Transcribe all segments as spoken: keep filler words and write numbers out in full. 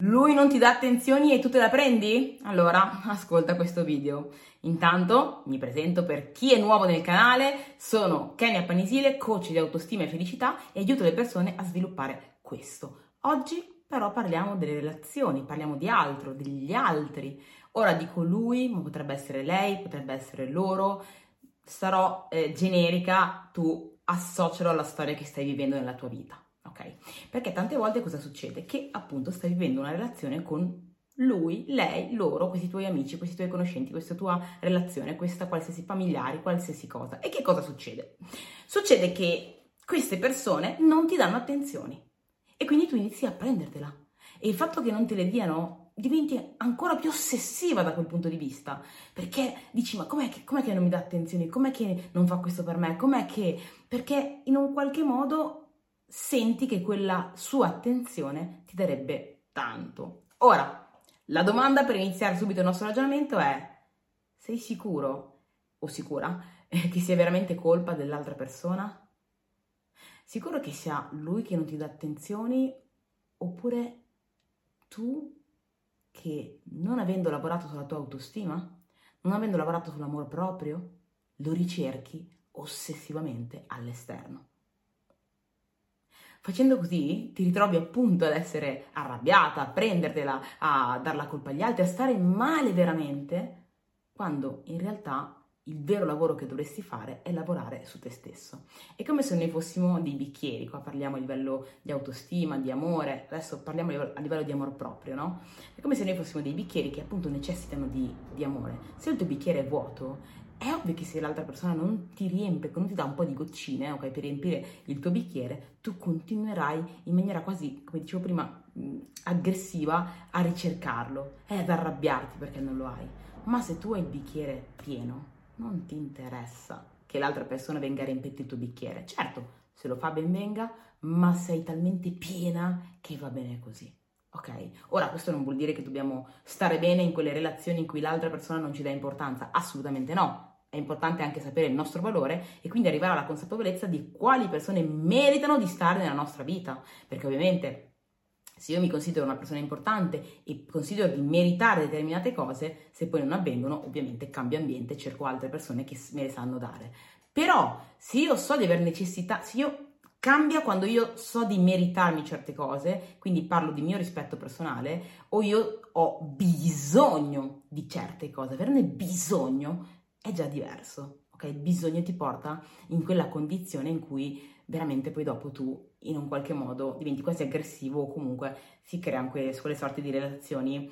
Lui non ti dà attenzioni e tu te la prendi? Allora, ascolta questo video. Intanto, mi presento per chi è nuovo nel canale, sono Kenia Panisile, coach di autostima e felicità e aiuto le persone a sviluppare questo. Oggi però parliamo delle relazioni, parliamo di altro, degli altri. Ora dico lui, ma potrebbe essere lei, potrebbe essere loro, sarò eh, generica, tu associalo alla storia che stai vivendo nella tua vita. Ok? Perché tante volte cosa succede? Che appunto stai vivendo una relazione con lui, lei, loro, questi tuoi amici, questi tuoi conoscenti, questa tua relazione, questa qualsiasi familiare, qualsiasi cosa. E che cosa succede? Succede che queste persone non ti danno attenzioni e quindi tu inizi a prendertela. E il fatto che non te le diano diventi ancora più ossessiva da quel punto di vista, perché dici ma com'è che, com'è che non mi dà attenzioni, com'è che non fa questo per me, com'è che... perché in un qualche modo senti che quella sua attenzione ti darebbe tanto. Ora, la domanda per iniziare subito il nostro ragionamento è: sei sicuro o sicura che sia veramente colpa dell'altra persona? Sicuro che sia lui che non ti dà attenzioni oppure tu che, non avendo lavorato sulla tua autostima, non avendo lavorato sull'amor proprio, lo ricerchi ossessivamente all'esterno? Facendo così ti ritrovi appunto ad essere arrabbiata, a prendertela, a dar la colpa agli altri, a stare male veramente, quando in realtà il vero lavoro che dovresti fare è lavorare su te stesso. È come se noi fossimo dei bicchieri, qua parliamo a livello di autostima, di amore, adesso parliamo a livello di amor proprio, no? È come se noi fossimo dei bicchieri che appunto necessitano di, di amore. Se il tuo bicchiere è vuoto, è ovvio che se l'altra persona non ti riempie, non ti dà un po' di goccine, ok, per riempire il tuo bicchiere, tu continuerai in maniera quasi, come dicevo prima, mh, aggressiva a ricercarlo e ad arrabbiarti perché non lo hai. Ma se tu hai il bicchiere pieno, non ti interessa che l'altra persona venga a riempirti il tuo bicchiere. Certo, se lo fa ben venga, ma sei talmente piena che va bene così. Ok? Ora, questo non vuol dire che dobbiamo stare bene in quelle relazioni in cui l'altra persona non ci dà importanza. Assolutamente no. È importante anche sapere il nostro valore e quindi arrivare alla consapevolezza di quali persone meritano di stare nella nostra vita. Perché ovviamente se io mi considero una persona importante e considero di meritare determinate cose, se poi non avvengono, ovviamente cambio ambiente e cerco altre persone che me le sanno dare. Però se io so di aver necessità, se io cambia quando io so di meritarmi certe cose, quindi parlo di mio rispetto personale, o io ho bisogno di certe cose, averne bisogno è già diverso, ok? Il bisogno ti porta in quella condizione in cui veramente poi dopo tu in un qualche modo diventi quasi aggressivo o comunque si creano quelle, quelle sorte di relazioni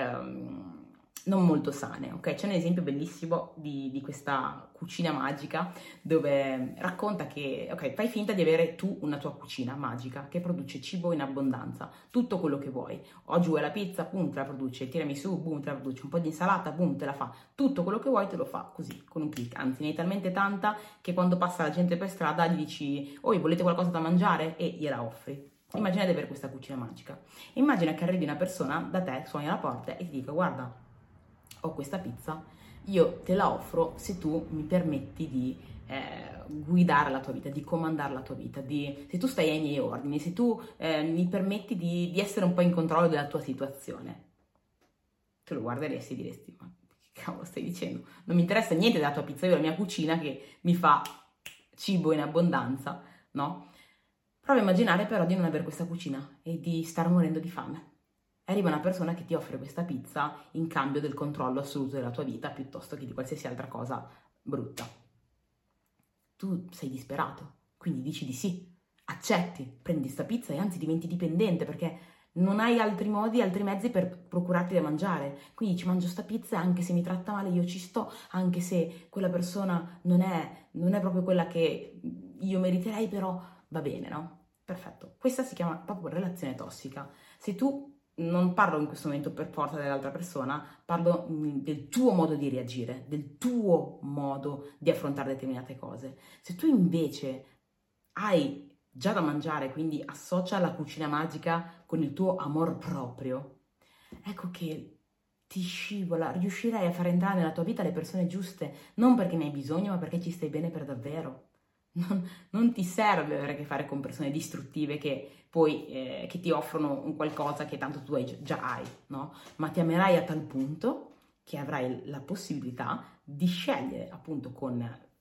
ehm, non molto sane, ok? C'è un esempio bellissimo di, di questa cucina magica dove racconta che, ok, fai finta di avere tu una tua cucina magica che produce cibo in abbondanza, tutto quello che vuoi. Oggi vuoi la pizza, boom, te la produce, tiramisù, boom, te la produce, un po' di insalata, boom, te la fa. Tutto quello che vuoi te lo fa così, con un click. Anzi, ne hai talmente tanta che quando passa la gente per strada gli dici, oi, volete qualcosa da mangiare? E gliela offri. Immagina di avere questa cucina magica. Immagina che arrivi una persona da te, suoni alla porta e ti dica, guarda, ho questa pizza, io te la offro se tu mi permetti di eh, guidare la tua vita, di comandare la tua vita, di, se tu stai ai miei ordini, se tu eh, mi permetti di, di essere un po' in controllo della tua situazione. Tu lo guarderesti e diresti, ma che cavolo stai dicendo? Non mi interessa niente della tua pizza, io ho la mia cucina che mi fa cibo in abbondanza, no? Prova a immaginare però di non avere questa cucina e di star morendo di fame. Arriva una persona che ti offre questa pizza in cambio del controllo assoluto della tua vita piuttosto che di qualsiasi altra cosa brutta. Tu sei disperato, quindi dici di sì, accetti, prendi sta pizza e anzi diventi dipendente perché non hai altri modi, altri mezzi per procurarti da mangiare. Quindi ci mangio sta pizza e anche se mi tratta male io ci sto, anche se quella persona non è, non è proprio quella che io meriterei, però va bene, no? Perfetto. Questa si chiama proprio relazione tossica. Se tu non parlo in questo momento per forza dell'altra persona, parlo del tuo modo di reagire, del tuo modo di affrontare determinate cose. Se tu invece hai già da mangiare, quindi associa la cucina magica con il tuo amor proprio, ecco che ti scivola, riuscirai a far entrare nella tua vita le persone giuste, non perché ne hai bisogno, ma perché ci stai bene per davvero. Non, non ti serve avere a che fare con persone distruttive che poi eh, che ti offrono un qualcosa che tanto tu hai, già hai, no? Ma ti amerai a tal punto che avrai la possibilità di scegliere appunto con,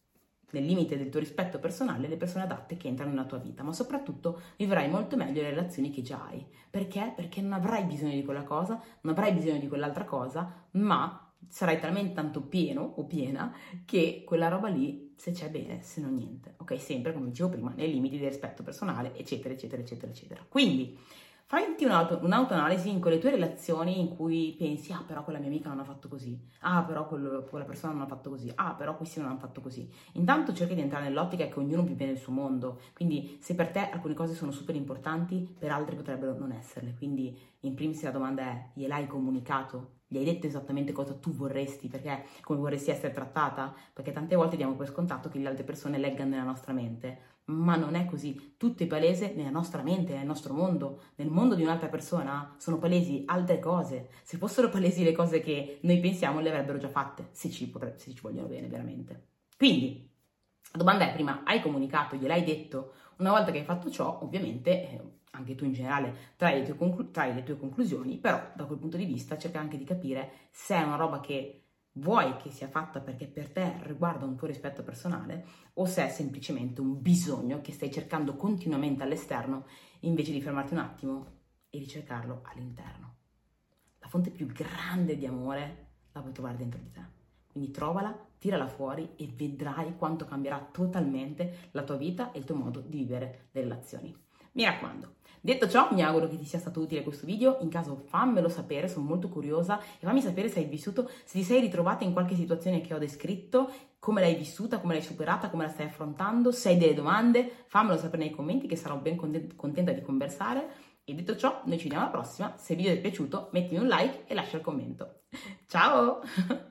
nel limite del tuo rispetto personale, le persone adatte che entrano nella tua vita, ma soprattutto vivrai molto meglio le relazioni che già hai. Perché? Perché non avrai bisogno di quella cosa, non avrai bisogno di quell'altra cosa, ma sarai talmente tanto pieno o piena che quella roba lì, se c'è bene, se no niente. Ok, sempre, come dicevo prima, nei limiti del rispetto personale, eccetera, eccetera, eccetera, eccetera. Quindi, fatti un'auto, un'autoanalisi in quelle tue relazioni in cui pensi, ah, però quella mia amica non ha fatto così, ah, però quello, quella persona non ha fatto così, ah, però questi non hanno fatto così. Intanto cerchi di entrare nell'ottica che ognuno vive nel suo mondo, quindi se per te alcune cose sono super importanti, per altri potrebbero non esserle. Quindi, in primis la domanda è, gliel'hai comunicato? Gli hai detto esattamente cosa tu vorresti, perché come vorresti essere trattata? Perché tante volte diamo per scontato che le altre persone leggano nella nostra mente, ma non è così. Tutto è palese nella nostra mente, nel nostro mondo, nel mondo di un'altra persona sono palesi altre cose. Se fossero palesi le cose che noi pensiamo, le avrebbero già fatte, se ci, potrebbe, se ci vogliono bene veramente. Quindi, la domanda è, prima hai comunicato, gliel'hai detto? Una volta che hai fatto ciò, ovviamente, eh, anche tu in generale trai le, tue conclu- trai le tue conclusioni, però da quel punto di vista cerca anche di capire se è una roba che vuoi che sia fatta perché per te riguarda un tuo rispetto personale o se è semplicemente un bisogno che stai cercando continuamente all'esterno invece di fermarti un attimo e ricercarlo all'interno. La fonte più grande di amore la puoi trovare dentro di te. Quindi trovala, tirala fuori e vedrai quanto cambierà totalmente la tua vita e il tuo modo di vivere le relazioni. Mi raccomando. Detto ciò, mi auguro che ti sia stato utile questo video. In caso fammelo sapere, sono molto curiosa, e fammi sapere se hai vissuto, se ti sei ritrovata in qualche situazione che ho descritto, come l'hai vissuta, come l'hai superata, come la stai affrontando, se hai delle domande, fammelo sapere nei commenti che sarò ben contenta di conversare. E detto ciò, noi ci vediamo alla prossima. Se il video ti è piaciuto, mettimi un like e lascia il commento. Ciao!